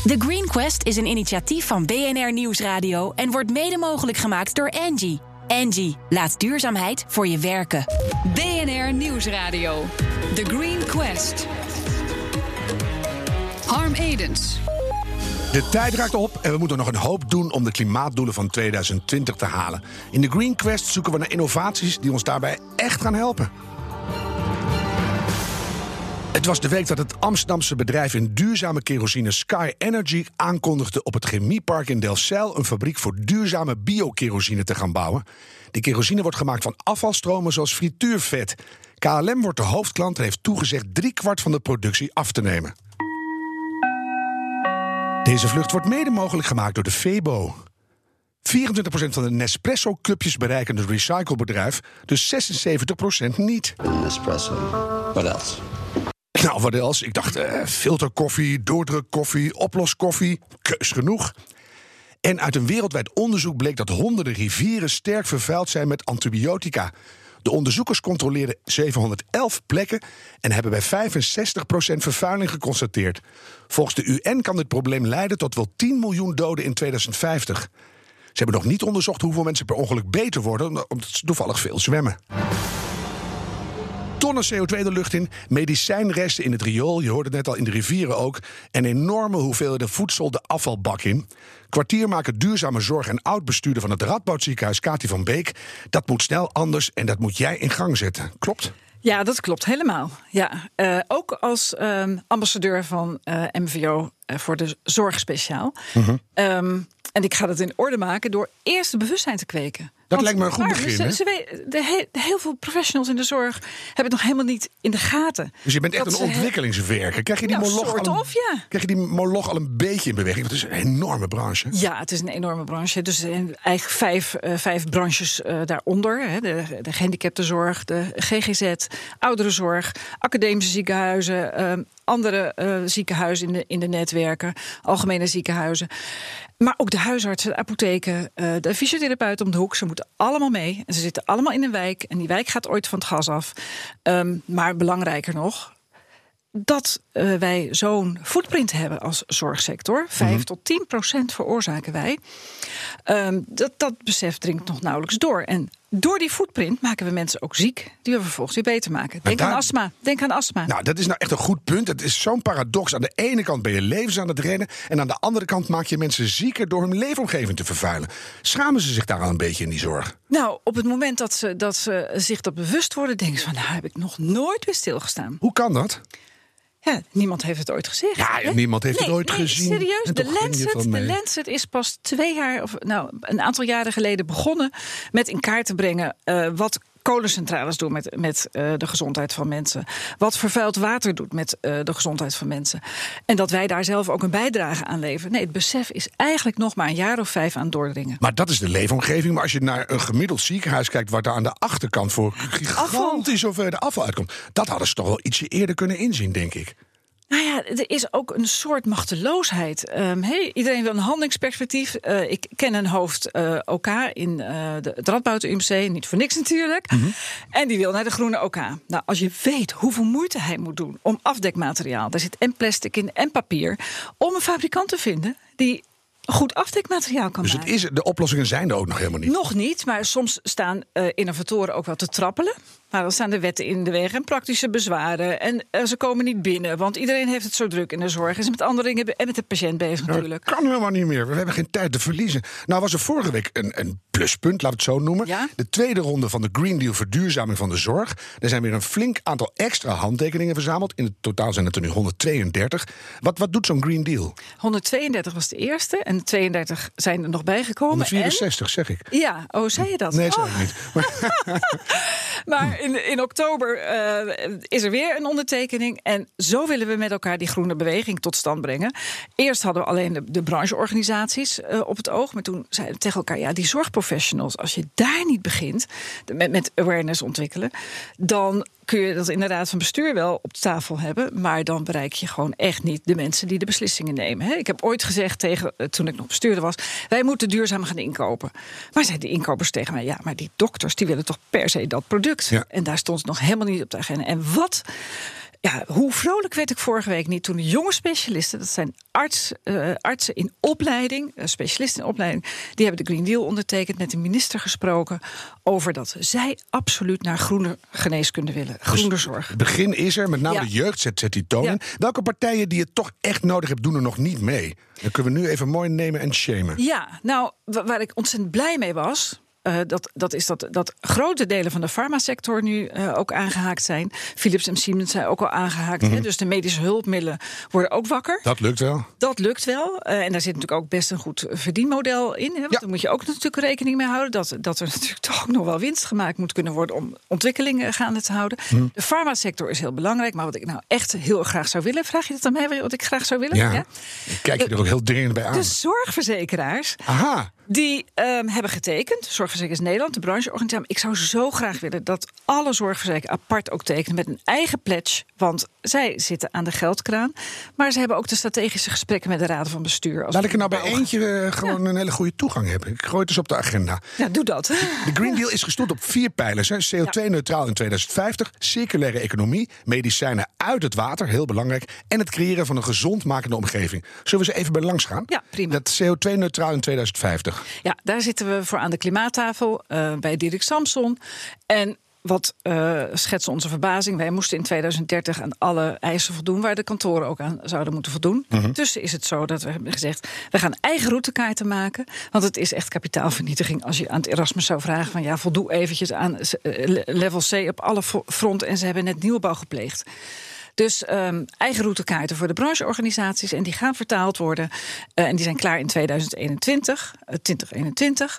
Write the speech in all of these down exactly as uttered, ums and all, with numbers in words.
The Green Quest is een initiatief van B N R Nieuwsradio en wordt mede mogelijk gemaakt door Engie. Engie, laat duurzaamheid voor je werken. B N R Nieuwsradio. The Green Quest. Harm Edens. De tijd raakt op en we moeten nog een hoop doen om de klimaatdoelen van tweeduizend twintig te halen. In de Green Quest zoeken we naar innovaties die ons daarbij echt gaan helpen. Het was de week dat het Amsterdamse bedrijf in duurzame kerosine Sky Energy aankondigde op het chemiepark in Delfzijl een fabriek voor duurzame biokerosine te gaan bouwen. Die kerosine wordt gemaakt van afvalstromen zoals frituurvet. K L M wordt de hoofdklant en heeft toegezegd driekwart van de productie af te nemen. Deze vlucht wordt mede mogelijk gemaakt door de Febo. vierentwintig procent van de Nespresso-cupjes bereiken het recyclebedrijf, dus zesenzeventig procent niet. Nespresso. What else? Nou, wat else? Ik dacht, uh, filterkoffie, doordrukkoffie, oploskoffie, keus genoeg. En uit een wereldwijd onderzoek bleek dat honderden rivieren sterk vervuild zijn met antibiotica. De onderzoekers controleerden zevenhonderdelf plekken en hebben bij vijfenzestig procent vervuiling geconstateerd. Volgens de U N kan dit probleem leiden tot wel tien miljoen doden in tweeduizend vijftig. Ze hebben nog niet onderzocht hoeveel mensen per ongeluk beter worden, omdat ze toevallig veel zwemmen. Tonnen C O twee de lucht in, medicijnresten in het riool, je hoorde het net al in de rivieren ook, en enorme hoeveelheden voedsel de afvalbak in. Kwartiermaker duurzame zorg en oud-bestuurder van het Radboudziekenhuis, Kati van Beek. Dat moet snel anders en dat moet jij in gang zetten. Klopt? Ja, dat klopt helemaal. Ja, uh, ook als um, ambassadeur van uh, M V O uh, voor de zorg speciaal. Uh-huh. Um, en ik ga dat in orde maken door eerst het bewustzijn te kweken. Dat Want, lijkt me een goed maar, begin. Ze, ze weet, de he, de heel veel professionals in de zorg hebben het nog helemaal niet in de gaten. Dus je bent echt dat een ontwikkelingswerker. Krijg je die, nou, moloch al een, of, ja. krijg je die moloch al een beetje in beweging? Want het is een enorme branche. Ja, het is een enorme branche. Dus er zijn eigenlijk vijf, uh, vijf branches uh, daaronder. Hè. De, de gehandicaptenzorg, de G G Z, ouderenzorg, academische ziekenhuizen, uh, andere uh, ziekenhuizen in de, in de netwerken, algemene ziekenhuizen. Maar ook de huisartsen, de apotheken, uh, de fysiotherapeuten om de hoek. Ze moeten allemaal mee. En ze zitten allemaal in een wijk. En die wijk gaat ooit van het gas af. Um, maar belangrijker nog, dat uh, wij zo'n footprint hebben als zorgsector. Vijf mm-hmm. tot tien procent veroorzaken wij. Um, dat, dat besef dringt nog nauwelijks door. En door die footprint maken we mensen ook ziek, die we vervolgens weer beter maken. Denk daar, aan astma. Denk aan astma. Nou, dat is nou echt een goed punt. Het is zo'n paradox. Aan de ene kant ben je levens aan het rennen, en aan de andere kant maak je mensen zieker door hun leefomgeving te vervuilen. Schamen ze zich daar al een beetje in die zorg? Nou, op het moment dat ze, dat ze zich dat bewust worden, denken ze van, nou heb ik nog nooit weer stilgestaan. Hoe kan dat? Ja, niemand heeft het ooit gezegd. Ja, hè? niemand heeft nee, het ooit nee, gezien. Serieus, de Lancet, de Lancet is pas twee jaar, of nou, een aantal jaren geleden begonnen met in kaart te brengen uh, wat kolencentrales doen met, met uh, de gezondheid van mensen. Wat vervuild water doet met uh, de gezondheid van mensen. En dat wij daar zelf ook een bijdrage aan leveren. Nee, het besef is eigenlijk nog maar een jaar of vijf aan het doordringen. Maar dat is de leefomgeving. Maar als je naar een gemiddeld ziekenhuis kijkt, waar daar aan de achterkant voor gigantisch over de afval uitkomt, dat hadden ze toch wel ietsje eerder kunnen inzien, denk ik. Nou ja, er is ook een soort machteloosheid. Um, hey, iedereen wil een handelingsperspectief. Uh, ik ken een hoofd uh, O K in uh, de, het Radboud U M C, niet voor niks natuurlijk. Mm-hmm. En die wil naar de groene O K. Nou, als je weet hoeveel moeite hij moet doen om afdekmateriaal, daar zit en plastic in en papier, om een fabrikant te vinden die goed afdekmateriaal kan dus maken. Dus de oplossingen zijn er ook nog helemaal niet? Nog niet, maar soms staan uh, innovatoren ook wel te trappelen. Maar dan staan de wetten in de weg en praktische bezwaren. En uh, ze komen niet binnen, want iedereen heeft het zo druk in de zorg. Is met andere dingen en met de patiënt bezig natuurlijk. Dat kan helemaal niet meer. We hebben geen tijd te verliezen. Nou was er vorige week een, een pluspunt, laten we het zo noemen. Ja? De tweede ronde van de Green Deal verduurzaming van de zorg. Er zijn weer een flink aantal extra handtekeningen verzameld. In het totaal zijn het er nu honderdtweeëndertig. Wat, wat doet zo'n Green Deal? honderdtweeëndertig was de eerste en tweeëndertig zijn er nog bijgekomen. honderdvierenzestig, en, zeg ik. Ja, oh, zei je dat? Nee, zei oh. ik niet. Maar, maar in, in oktober uh, is er weer een ondertekening. En zo willen we met elkaar die groene beweging tot stand brengen. Eerst hadden we alleen de, de brancheorganisaties uh, op het oog. Maar toen zeiden we tegen elkaar, ja, die zorgprofessionals, als je daar niet begint met, met awareness ontwikkelen, dan kun je dat in de raad van bestuur wel op de tafel hebben, maar dan bereik je gewoon echt niet de mensen die de beslissingen nemen. He, ik heb ooit gezegd, tegen, toen ik nog bestuurder was, wij moeten duurzaam gaan inkopen. Maar zeiden de inkopers tegen mij, ja, maar die dokters die willen toch per se dat product. Ja. En daar stond het nog helemaal niet op de agenda. En wat Ja, hoe vrolijk werd ik vorige week niet toen de jonge specialisten, dat zijn arts, uh, artsen in opleiding, uh, specialisten in opleiding, die hebben de Green Deal ondertekend, met de minister gesproken over dat zij absoluut naar groene geneeskunde willen, groene dus zorg. Het begin is er, met name ja. de jeugd zet, zet die toon ja. in. Welke partijen die het toch echt nodig hebben, doen er nog niet mee? Dan kunnen we nu even mooi nemen en shamen. Ja, nou, waar ik ontzettend blij mee was, Uh, dat, dat is dat, dat grote delen van de farmasector nu uh, ook aangehaakt zijn. Philips en Siemens zijn ook al aangehaakt. Mm-hmm. Hè, dus de medische hulpmiddelen worden ook wakker. Dat lukt wel. Dat lukt wel. Uh, en daar zit natuurlijk ook best een goed verdienmodel in. Hè, want ja. daar moet je ook natuurlijk rekening mee houden. Dat, dat er natuurlijk toch ook nog wel winst gemaakt moet kunnen worden om ontwikkelingen gaande te houden. Mm. De farmasector is heel belangrijk. Maar wat ik nou echt heel graag zou willen, vraag je dat aan mij wat ik graag zou willen? Ja, ja? Kijk je er ook heel dringend bij aan. De zorgverzekeraars. Aha. Die um, hebben getekend, Zorgverzekeraars Nederland, de brancheorganisatie. Ik zou zo graag willen dat alle zorgverzekeraars apart ook tekenen met een eigen pledge. Want zij zitten aan de geldkraan. Maar ze hebben ook de strategische gesprekken met de raden van bestuur. Als Laat ik er nou bij eentje uh, gewoon ja. een hele goede toegang hebben. Ik gooi het dus op de agenda. Ja, doe dat. De Green Deal is gestoeld op vier pijlers. Hè. C O twee neutraal in tweeduizend vijftig, circulaire economie, medicijnen uit het water, heel belangrijk, en het creëren van een gezond makende omgeving. Zullen we ze even bij langs gaan? Ja, prima. Dat C O twee neutraal in tweeduizend vijftig. Ja, daar zitten we voor aan de klimaattafel uh, bij Dirk Samson. En wat uh, schetst onze verbazing? Wij moesten in tweeduizend dertig aan alle eisen voldoen waar de kantoren ook aan zouden moeten voldoen. Mm-hmm. Intussen is het zo dat we hebben gezegd, we gaan eigen routekaarten maken. Want het is echt kapitaalvernietiging als je aan het Erasmus zou vragen van ja, voldoe eventjes aan level C op alle fronten. En ze hebben net nieuwbouw gepleegd. Dus um, eigen routekaarten voor de brancheorganisaties. En die gaan vertaald worden. Uh, en die zijn klaar in tweeduizend eenentwintig, uh, twintig eenentwintig.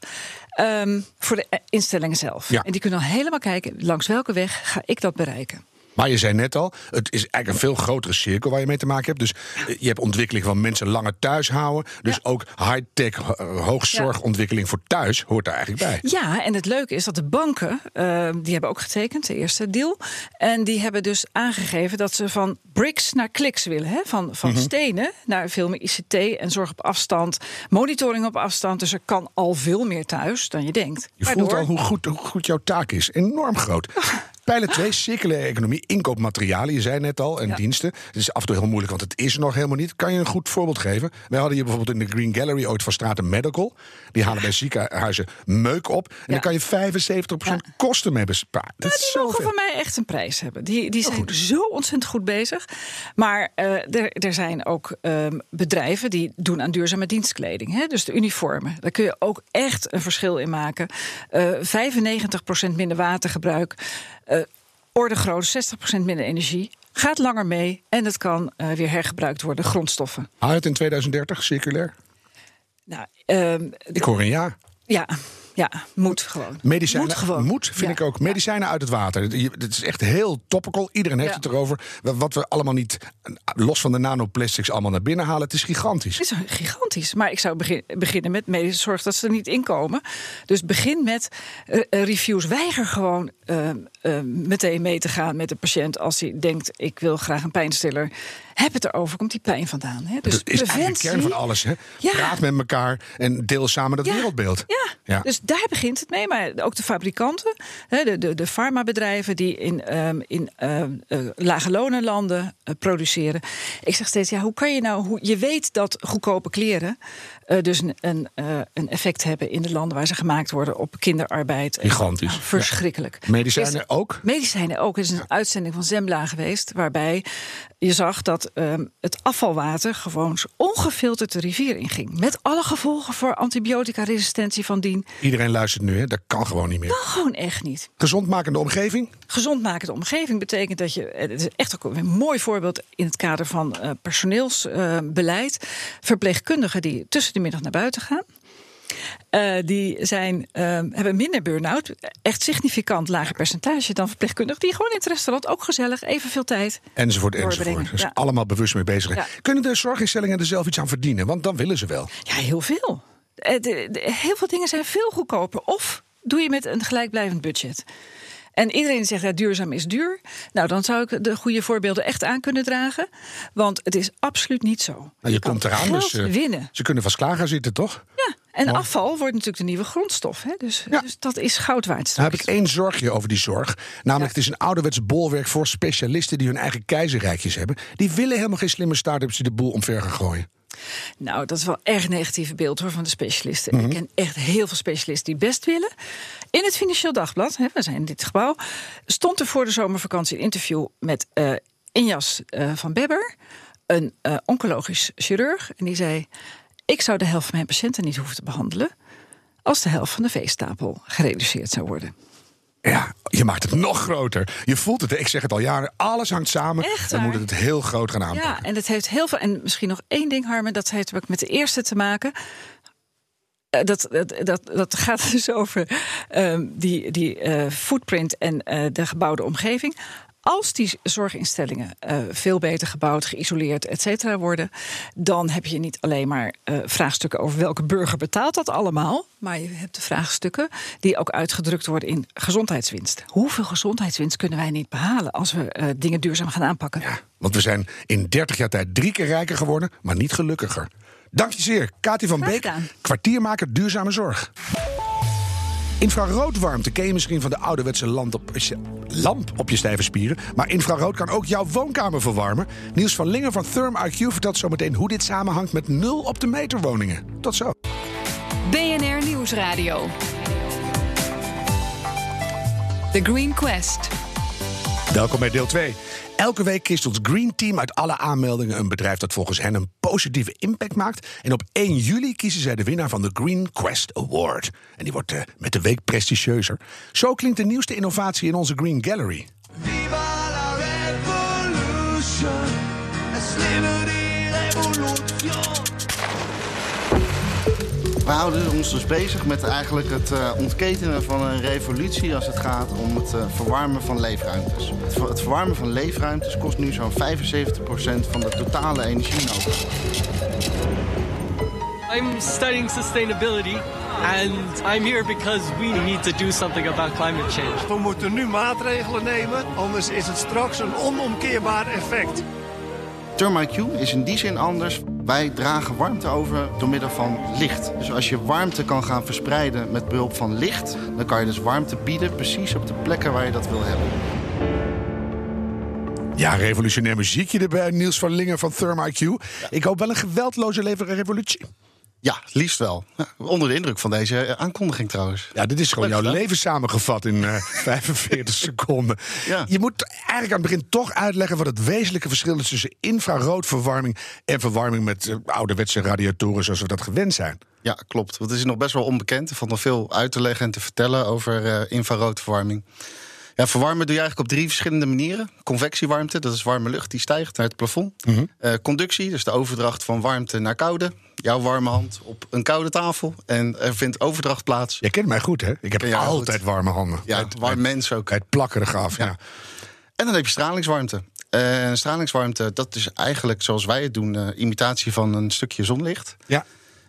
Um, voor de instellingen zelf. Ja. En die kunnen al helemaal kijken, langs welke weg ga ik dat bereiken. Maar je zei net al, het is eigenlijk een veel grotere cirkel waar je mee te maken hebt. Dus je hebt ontwikkeling van mensen langer thuis houden. Dus ja. ook high-tech, hoogzorgontwikkeling voor thuis hoort daar eigenlijk bij. Ja, en het leuke is dat de banken, uh, die hebben ook getekend, de eerste deal. En die hebben dus aangegeven dat ze van bricks naar kliks willen. Hè? Van, van mm-hmm. stenen naar veel meer I C T en zorg op afstand, monitoring op afstand. Dus er kan al veel meer thuis dan je denkt. Je Waardoor... voelt al hoe goed, hoe goed jouw taak is. Enorm groot. Pijler twee, circulaire economie, inkoopmaterialen, je zei net al, en ja. diensten. Het is af en toe heel moeilijk, want het is er nog helemaal niet. Kan je een goed voorbeeld geven? Wij hadden hier bijvoorbeeld in de Green Gallery ooit van Straten Medical. Die halen bij ziekenhuizen meuk op. En ja. dan kan je vijfenzeventig procent ja. kosten mee besparen. Ja, die mogen van mij echt een prijs hebben. Die, die zijn goed. zo ontzettend goed bezig. Maar uh, er, er zijn ook um, bedrijven die doen aan duurzame dienstkleding. Hè? Dus de uniformen. Daar kun je ook echt een verschil in maken. Uh, vijfennegentig procent minder watergebruik. Uh, orde groot, zestig procent minder energie. Gaat langer mee en het kan uh, weer hergebruikt worden, grondstoffen. Haal je het in tweeduizend dertig, circulair? Nou, um, ik hoor een ja. Ja, ja, moet gewoon. Medicijnen, moet, gewoon. moet vind ja. ik ook. Medicijnen ja. uit het water. Het is echt heel topical. Iedereen heeft ja. het erover. Wat we allemaal niet, los van de nanoplastics, allemaal naar binnen halen. Het is gigantisch. Het is gigantisch. Maar ik zou begin, beginnen met medische zorg dat ze er niet inkomen. Dus begin met uh, reviews. Weiger gewoon uh, uh, meteen mee te gaan met de patiënt als hij denkt, ik wil graag een pijnstiller. Heb het erover, komt die pijn vandaan. Hè? Dus dat is eigenlijk de kern van alles. Hè? Ja. Praat met elkaar en deel samen dat ja. wereldbeeld. Ja. ja, dus daar begint het mee. Maar ook de fabrikanten, de, de, de farmabedrijven die in, um, in uh, uh, lage lonenlanden uh, produceren. Ik zeg steeds, ja, hoe kan je nou... Hoe, je weet dat goedkope kleren uh, dus een, een, uh, een effect hebben in de landen waar ze gemaakt worden op kinderarbeid. Gigantisch. Nou, verschrikkelijk. Ja. Medicijnen dus, ook? Medicijnen ook. Er is een ja. uitzending van Zembla geweest waarbij je zag dat um, het afvalwater gewoon ongefilterd de rivier inging. Met alle gevolgen voor antibiotica-resistentie van dien. Iedereen luistert nu, hè? Dat kan gewoon niet meer. Dat gewoon echt niet. Gezondmakende omgeving? Gezondmakende omgeving betekent dat je... Het is echt ook een mooi voorbeeld in het kader van uh, personeelsbeleid. Uh, verpleegkundigen die tussen de middag naar buiten gaan. Uh, die zijn, uh, hebben minder burn-out. Echt significant lager percentage dan verpleegkundigen. Die gewoon in het restaurant ook gezellig evenveel tijd enzovoort, enzovoort. Dus ja. allemaal bewust mee bezig. Ja. Kunnen de zorginstellingen er zelf iets aan verdienen? Want dan willen ze wel. Ja, heel veel. De, de, de, heel veel dingen zijn veel goedkoper. Of doe je met een gelijkblijvend budget. En iedereen zegt, ja, duurzaam is duur. Nou, dan zou ik de goede voorbeelden echt aan kunnen dragen. Want het is absoluut niet zo. Nou, je, je komt eraan, dus uh, winnen. Ze kunnen vast klaar gaan zitten, toch? Ja, En Mooi. afval wordt natuurlijk de nieuwe grondstof. Hè? Dus, Ja. dus dat is goud waard Nou straks. heb ik één zorgje over die zorg. Namelijk, het is een ouderwets bolwerk voor specialisten die hun eigen keizerrijkjes hebben. Die willen helemaal geen slimme start-ups die de boel omver gaan gooien. Nou, dat is wel erg negatief beeld hoor, van de specialisten. Mhm. Ik ken echt heel veel specialisten die best willen. In het Financieel Dagblad, hè, we zijn in dit gebouw, stond er voor de zomervakantie een interview met uh, Injas uh, van Bebber, een uh, oncologisch chirurg. En die zei: ik zou de helft van mijn patiënten niet hoeven te behandelen als de helft van de veestapel gereduceerd zou worden. Ja, je maakt het nog groter. Je voelt het, hè? Ik zeg het al jaren, alles hangt samen. Echt Dan waar? moet het het heel groot gaan aanpakken. Ja, en het heeft heel veel. En misschien nog één ding, Harmen, dat heeft ook met de eerste te maken. Uh, dat, dat, dat, dat gaat dus over uh, die, die uh, footprint en uh, de gebouwde omgeving. Als die zorginstellingen uh, veel beter gebouwd, geïsoleerd, et cetera worden, dan heb je niet alleen maar uh, vraagstukken over welke burger betaalt dat allemaal, maar je hebt de vraagstukken die ook uitgedrukt worden in gezondheidswinst. Hoeveel gezondheidswinst kunnen wij niet behalen als we uh, dingen duurzaam gaan aanpakken? Ja, want we zijn in dertig jaar tijd drie keer rijker geworden, maar niet gelukkiger. Dank je zeer, Katie van Graag Beek, gedaan. kwartiermaker duurzame zorg. Infraroodwarmte ken je misschien van de ouderwetse lamp op, lamp op je stijve spieren. Maar infrarood kan ook jouw woonkamer verwarmen. Niels van Lingen van ThermIQ vertelt zometeen hoe dit samenhangt met nul op de meter woningen. Tot zo. B N R Nieuwsradio. The Green Quest. Welkom bij deel twee. Elke week kiest ons Green Team uit alle aanmeldingen een bedrijf dat volgens hen een positieve impact maakt. En op één juli kiezen zij de winnaar van de Green Quest Award. En die wordt uh, met de week prestigieuzer. Zo klinkt de nieuwste innovatie in onze Green Gallery. Viva la revolution, es liberty revolution. We houden ons dus bezig met eigenlijk het uh, ontketenen van een revolutie als het gaat om het uh, verwarmen van leefruimtes. Het, ver- het verwarmen van leefruimtes kost nu zo'n vijfenzeventig procent van de totale energie nodig. I'm studying sustainability and I'm here because we need to do something about climate change. We moeten nu maatregelen nemen, anders is het straks een onomkeerbaar effect. ThermIQ is in die zin anders. Wij dragen warmte over door middel van licht. Dus als je warmte kan gaan verspreiden met behulp van licht, dan kan je dus warmte bieden precies op de plekken waar je dat wil hebben. Ja, revolutionair muziekje erbij. Niels van Lingen van ThermIQ. Ja. Ik hoop wel een geweldloze levende revolutie. Ja, liefst wel. Ja, onder de indruk van deze aankondiging trouwens. Ja, dit is gewoon Leuk jouw gedaan. leven samengevat in uh, vijfenveertig seconden. Ja. Je moet eigenlijk aan het begin toch uitleggen wat het wezenlijke verschil is tussen infraroodverwarming en verwarming met uh, ouderwetse radiatoren zoals we dat gewend zijn. Ja, klopt. Want het is nog best wel onbekend. Er valt nog veel uit te leggen en te vertellen over uh, infraroodverwarming. Ja, verwarmen doe je eigenlijk op drie verschillende manieren. Convectiewarmte, dat is warme lucht die stijgt naar het plafond. Mm-hmm. Uh, conductie, dus de overdracht van warmte naar koude. Jouw warme hand op een koude tafel. En er vindt overdracht plaats. Jij kent mij goed, hè? Ik heb Ken jij altijd goed. warme handen. Ja, Het- warm het- mens ook. Het plakkerige af, ja. Ja. En dan heb je stralingswarmte. Uh, stralingswarmte, dat is eigenlijk zoals wij het doen, uh, imitatie van een stukje zonlicht. Ja.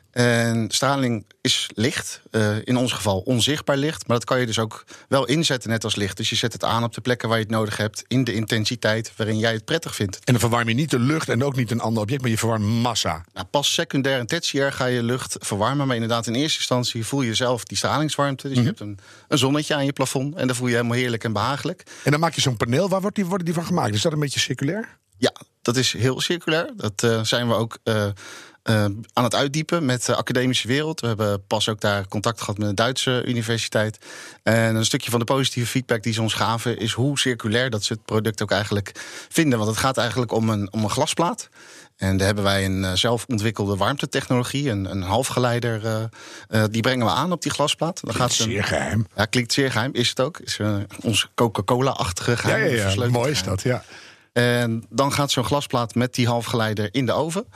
En straling is licht, uh, in ons geval onzichtbaar licht. Maar dat kan je dus ook wel inzetten net als licht. Dus je zet het aan op de plekken waar je het nodig hebt, in de intensiteit waarin jij het prettig vindt. En dan verwarm je niet de lucht en ook niet een ander object, maar je verwarmt massa. Nou, pas secundair en tertiair ga je lucht verwarmen. Maar inderdaad, in eerste instantie voel je zelf die stralingswarmte. Dus Mm-hmm. je hebt een, een zonnetje aan je plafond. En dan voel je helemaal heerlijk en behagelijk. En dan maak je zo'n paneel. Waar wordt die, worden die van gemaakt? Is dat een beetje circulair? Ja, dat is heel circulair. Dat uh, zijn we ook uh, uh, aan het uitdiepen met de academische wereld. We hebben pas ook daar contact gehad met een Duitse universiteit. En een stukje van de positieve feedback die ze ons gaven is hoe circulair dat ze het product ook eigenlijk vinden. Want het gaat eigenlijk om een, om een glasplaat. En daar hebben wij een uh, zelf ontwikkelde warmtetechnologie, een, een halfgeleider. Uh, uh, die brengen we aan op die glasplaat. Dan gaat Zeer een, geheim. Ja, klinkt zeer geheim, is het ook. Is uh, ons Coca-Cola-achtige Ja, geheim. ja, ja. versleuteld Mooi is geheim. dat, ja. En dan gaat zo'n glasplaat met die halfgeleider in de oven.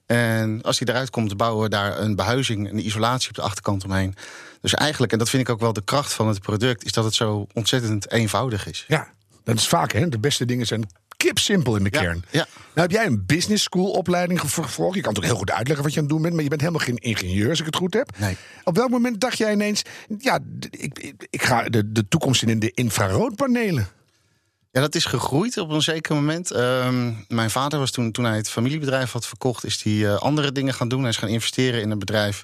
En als die eruit komt, bouwen we daar een behuizing, een isolatie op de achterkant omheen. Dus eigenlijk, en dat vind ik ook wel de kracht van het product, is dat het zo ontzettend eenvoudig is. Ja, dat is vaak, hè. De beste dingen zijn kipsimpel in de Ja, kern. ja. Nou heb jij een business school opleiding gevolgd. Je kan toch heel goed uitleggen wat je aan het doen bent, maar je bent helemaal geen ingenieur, als ik het goed heb. Nee. Op welk moment dacht jij ineens, ja, d- ik, ik, ik ga de, de toekomst in in de infraroodpanelen? Ja, dat is gegroeid op een zeker moment. Um, mijn vader was toen, toen hij het familiebedrijf had verkocht, is hij uh, andere dingen gaan doen. Hij is gaan investeren in een bedrijf.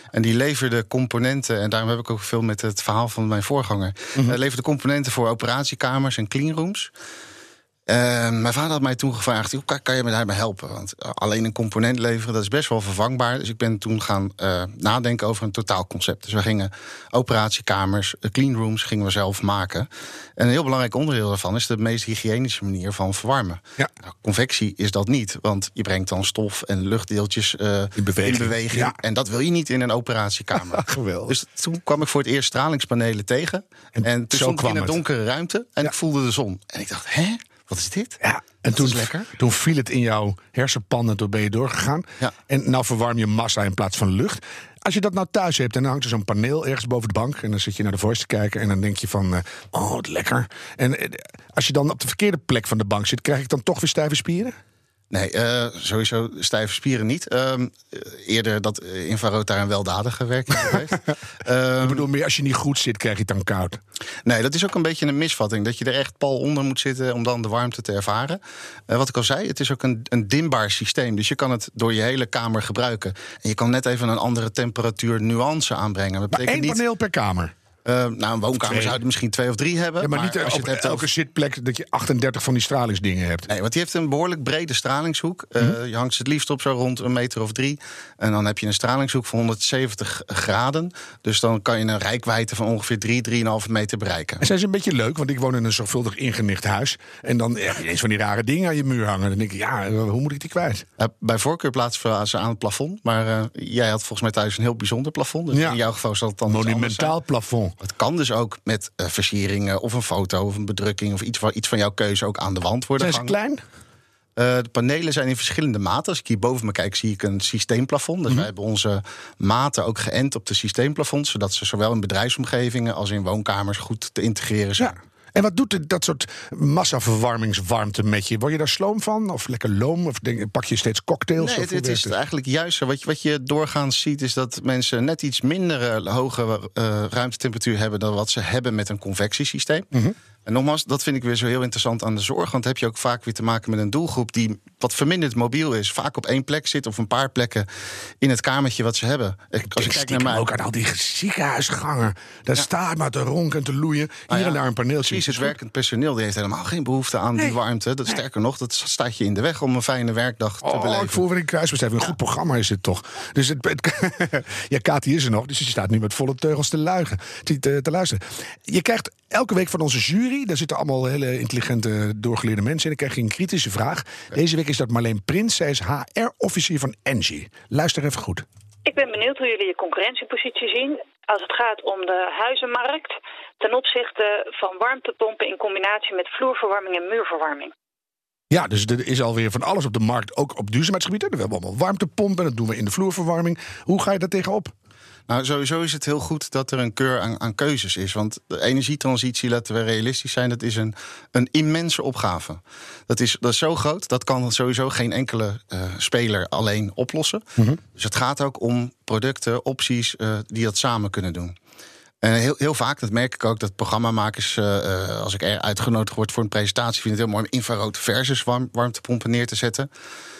En die leverde componenten, en daarom heb ik ook veel met het verhaal van mijn voorganger... Mm-hmm. Uh, leverde componenten voor operatiekamers en cleanrooms. Uh, mijn vader had mij toen gevraagd, hoe kan, kan je me daarbij helpen? Want alleen een component leveren, dat is best wel vervangbaar. Dus ik ben toen gaan uh, nadenken over een totaalconcept. Dus we gingen operatiekamers, cleanrooms gingen we zelf maken. En een heel belangrijk onderdeel daarvan is de meest hygiënische manier van verwarmen. Ja. Nou, convectie is dat niet, want je brengt dan stof en luchtdeeltjes uh, in beweging. In beweging ja. En dat wil je niet in een operatiekamer. Geweldig. Dus toen kwam ik voor het eerst stralingspanelen tegen. En, en toen stond ik in een donkere ruimte en ja. ik voelde de zon. En ik dacht, hè? Wat is dit? Ja, en toen, toen viel het in jouw hersenpan en toen ben je doorgegaan. Ja. En nou verwarm je massa in plaats van lucht. Als je dat nou thuis hebt en dan hangt er zo'n paneel ergens boven de bank... en dan zit je naar de Voice te kijken en dan denk je van... Uh, oh, wat lekker. En uh, als je dan op de verkeerde plek van de bank zit... krijg ik dan toch weer stijve spieren? Nee, uh, sowieso stijve spieren niet. Uh, eerder dat infrarood daar een weldadige werking heeft. uh, Ik bedoel, meer als je niet goed zit, krijg je het dan koud. Nee, dat is ook een beetje een misvatting. Dat je er echt pal onder moet zitten om dan de warmte te ervaren. Uh, wat ik al zei, het is ook een, een dimbaar systeem. Dus je kan het door je hele kamer gebruiken. En je kan net even een andere temperatuur nuance aanbrengen. Dat maar één niet... paneel per kamer? Uh, nou, een woonkamer zou je misschien twee of drie hebben. Ja, maar, maar niet als je op het hebt elke over... zitplek dat je achtendertig van die stralingsdingen hebt. Nee, want die heeft een behoorlijk brede stralingshoek. Uh, mm-hmm. Je hangt ze het liefst op zo rond een meter of drie. En dan heb je een stralingshoek van honderdzeventig graden. Dus dan kan je een reikwijdte van ongeveer drie, drieënhalve meter bereiken. En zijn ze een beetje leuk, want ik woon in een zorgvuldig ingenicht huis. En dan heb je ineens van die rare dingen aan je muur hangen. Dan denk ik, ja, hoe moet ik die kwijt? Uh, bij voorkeur plaatsen we ze aan het plafond. Maar uh, jij had volgens mij thuis een heel bijzonder plafond. Dus ja. In jouw geval zal het dan monumentaal plafond. Het kan dus ook met uh, versieringen of een foto of een bedrukking... of iets, iets van jouw keuze ook aan de wand worden Zijn gehangen. Zijn ze klein? Uh, de panelen zijn in verschillende maten. Als ik hier boven me kijk, zie ik een systeemplafond. Dus mm-hmm. wij hebben onze maten ook geënt op de systeemplafonds... zodat ze zowel in bedrijfsomgevingen als in woonkamers goed te integreren zijn. Ja. En wat doet dat soort massaverwarmingswarmte met je? Word je daar sloom van? Of lekker loom? Of denk, pak je steeds cocktails? Nee, of het, het is het eigenlijk juist zo. Wat je, wat je doorgaans ziet is dat mensen net iets minder uh, hoge uh, ruimtetemperatuur hebben... dan wat ze hebben met een convectiesysteem. Mm-hmm. En nogmaals, dat vind ik weer zo heel interessant aan de zorg. Want heb je ook vaak weer te maken met een doelgroep... die wat verminderd mobiel is. Vaak op één plek zit of een paar plekken in het kamertje wat ze hebben. Ik, Als ik kijk naar mij ook aan al die ziekenhuisgangen. Daar ja. staat maar te ronken en te loeien. Hier ah, ja. en daar een paneeltje. Precies, het werkend personeel die heeft helemaal geen behoefte aan nee. die warmte. Dat, nee. Sterker nog, dat staat je in de weg om een fijne werkdag oh, te beleven. Ik voel weer een kruisbestuiving. Een ja. goed programma is dit toch. Dus het, het, ja, Katie is er nog. Dus die staat nu met volle teugels te, luigen, te, te, te luisteren. Je krijgt elke week van onze jury... daar zitten allemaal hele intelligente, doorgeleerde mensen in. Dan krijg je een kritische vraag. Deze week is dat Marleen Prins. Zij is H R-officier van Engie. Luister even goed. Ik ben benieuwd hoe jullie je concurrentiepositie zien... als het gaat om de huizenmarkt... ten opzichte van warmtepompen in combinatie met vloerverwarming en muurverwarming. Ja, dus er is alweer van alles op de markt, ook op duurzaamheidsgebied. We hebben allemaal warmtepompen, dat doen we in de vloerverwarming. Hoe ga je daar tegenop? Nou, sowieso is het heel goed dat er een keur aan, aan keuzes is. Want de energietransitie, laten we realistisch zijn... dat is een, een immense opgave. Dat is, dat is zo groot, dat kan sowieso geen enkele uh, speler alleen oplossen. Mm-hmm. Dus het gaat ook om producten, opties uh, die dat samen kunnen doen. En heel, heel vaak, dat merk ik ook, dat programmamakers... Uh, als ik er uitgenodigd word voor een presentatie... vind het heel mooi om infrarood versus warm, warmtepompen neer te zetten...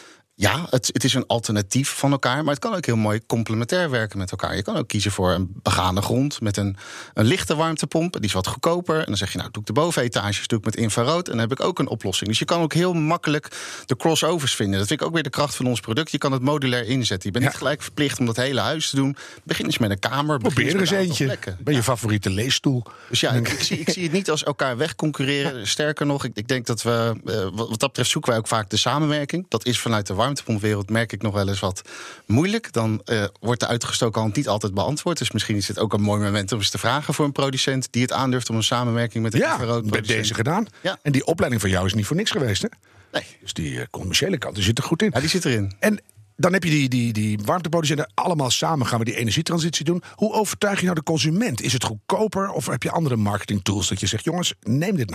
Ja, het, het is een alternatief van elkaar, maar het kan ook heel mooi complementair werken met elkaar. Je kan ook kiezen voor een begane grond met een, een lichte warmtepomp. Die is wat goedkoper. En dan zeg je, nou, doe ik de bovenetages, doe ik met infrarood. En dan heb ik ook een oplossing. Dus je kan ook heel makkelijk de crossovers vinden. Dat vind ik ook weer de kracht van ons product. Je kan het modulair inzetten. Je bent ja. niet gelijk verplicht om dat hele huis te doen. Begin eens met een kamer. Probeer er eens eentje. Plekken. Ben je ja. favoriete leesstoel. Dus ja, ik, ik, zie, ik zie het niet als elkaar wegconcurreren. Ja. Sterker nog, ik, ik denk dat we, uh, wat dat betreft zoeken wij ook vaak de samenwerking. Dat is vanuit de warmtepompwereld, merk ik nog wel eens wat moeilijk. Dan uh, wordt de uitgestoken hand niet altijd beantwoord. Dus misschien is het ook een mooi moment om eens te vragen voor een producent die het aandurft om een samenwerking met een ja, bij deze gedaan. Ja. En die opleiding van jou is niet voor niks geweest, hè? Nee. Dus die uh, commerciële kant die zit er goed in. Ja, die zit erin. En dan heb je die, die, die warmteproducenten. Allemaal samen gaan we die energietransitie doen. Hoe overtuig je nou de consument? Is het goedkoper of heb je andere marketingtools dat je zegt, jongens, neem dit nou?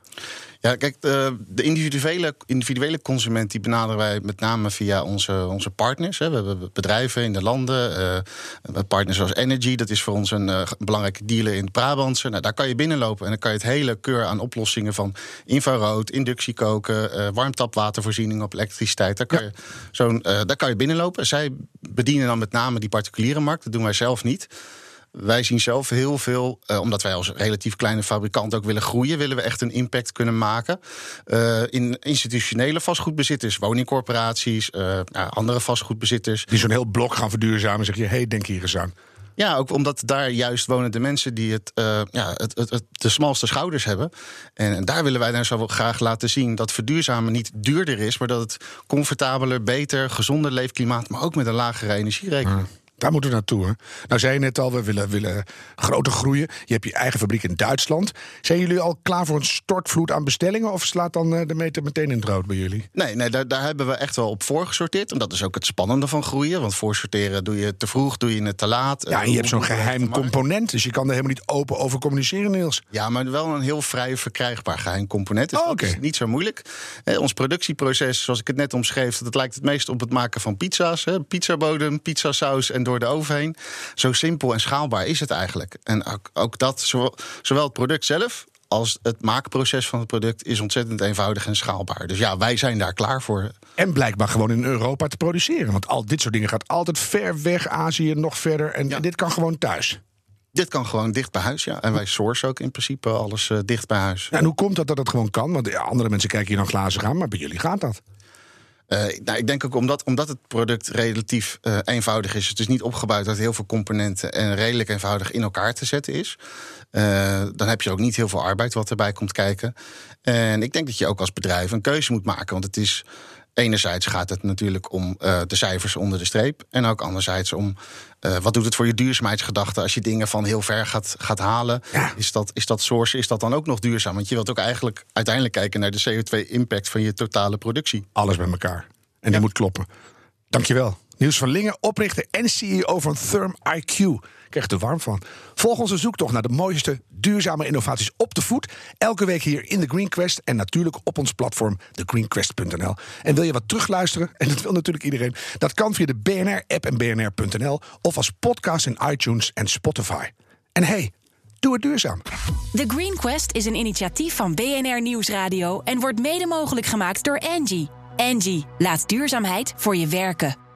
Ja, kijk, de, de individuele, individuele consument die benaderen wij met name via onze, onze partners. Hè. We hebben bedrijven in de landen, uh, partners zoals Energy, dat is voor ons een uh, belangrijke dealer in het Brabantse. Nou, daar kan je binnenlopen en dan kan je het hele keur aan oplossingen van infrarood, inductiekoken, uh, warmtapwatervoorziening op elektriciteit. Daar kan, ja. je zo'n, uh, daar kan je binnenlopen. Zij bedienen dan met name die particuliere markt, dat doen wij zelf niet. Wij zien zelf heel veel, uh, omdat wij als relatief kleine fabrikant ook willen groeien, willen we echt een impact kunnen maken uh, in institutionele vastgoedbezitters, woningcorporaties, uh, nou, andere vastgoedbezitters. Die zo'n heel blok gaan verduurzamen, zeg je, hé, hey, denk hier eens aan. Ja, ook omdat daar juist wonen de mensen die het, uh, ja, het, het, het de smalste schouders hebben. En, en daar willen wij dan zo graag laten zien dat verduurzamen niet duurder is, maar dat het comfortabeler, beter, gezonder leefklimaat, maar ook met een lagere energierekening. Hmm. Daar moeten we naartoe. Hè? Nou, zei je net al, we willen, willen groter groeien. Je hebt je eigen fabriek in Duitsland. Zijn jullie al klaar voor een stortvloed aan bestellingen? Of slaat dan de meter meteen in het rood bij jullie? Nee, nee daar, daar hebben we echt wel op voorgesorteerd. En dat is ook het spannende van groeien. Want voorsorteren doe je te vroeg, doe je het te laat. Ja, en je hebt zo'n geheim component. Dus je kan er helemaal niet open over communiceren, Niels. Ja, maar wel een heel vrij verkrijgbaar geheim component. Dus oh, dat okay. is niet zo moeilijk. Eh, ons productieproces, zoals ik het net omschreef, dat lijkt het meest op het maken van pizza's. Hè. Pizzabodem, pizzasaus en door de oven heen. Zo simpel en schaalbaar is het eigenlijk. En ook, ook dat, zowel, zowel het product zelf als het maakproces van het product is ontzettend eenvoudig en schaalbaar. Dus ja, wij zijn daar klaar voor. En blijkbaar gewoon in Europa te produceren. Want al dit soort dingen gaat altijd ver weg, Azië nog verder. En ja. dit kan gewoon thuis. Dit kan gewoon dicht bij huis, ja. En wij sourcen ook in principe alles uh, dicht bij huis. Ja, en hoe komt dat dat het gewoon kan? Want ja, andere mensen kijken hier dan glazen aan, maar bij jullie gaat dat. Uh, nou, ik denk ook omdat, omdat het product relatief uh, eenvoudig is. Het is niet opgebouwd uit heel veel componenten en redelijk eenvoudig in elkaar te zetten is. Uh, dan heb je ook niet heel veel arbeid wat erbij komt kijken. En ik denk dat je ook als bedrijf een keuze moet maken. Want het is, enerzijds gaat het natuurlijk om uh, de cijfers onder de streep. En ook anderzijds om uh, wat doet het voor je duurzaamheidsgedachte als je dingen van heel ver gaat, gaat halen. Ja. Is dat, is dat source, is dat dan ook nog duurzaam? Want je wilt ook eigenlijk uiteindelijk kijken naar de C O twee impact van je totale productie. Alles bij elkaar. En die moet kloppen. Dankjewel. Niels van Lingen, oprichter en C E O van Therm I Q. Ik krijg er warm van. Volg onze zoektocht naar de mooiste duurzame innovaties op de voet. Elke week hier in The Green Quest. En natuurlijk op ons platform the green quest punt n l. En wil je wat terugluisteren? En dat wil natuurlijk iedereen. Dat kan via de B N R-app en b n r punt n l. Of als podcast in iTunes en Spotify. En hey, doe het duurzaam. The Green Quest is een initiatief van B N R Nieuwsradio. En wordt mede mogelijk gemaakt door Engie. Engie, laat duurzaamheid voor je werken.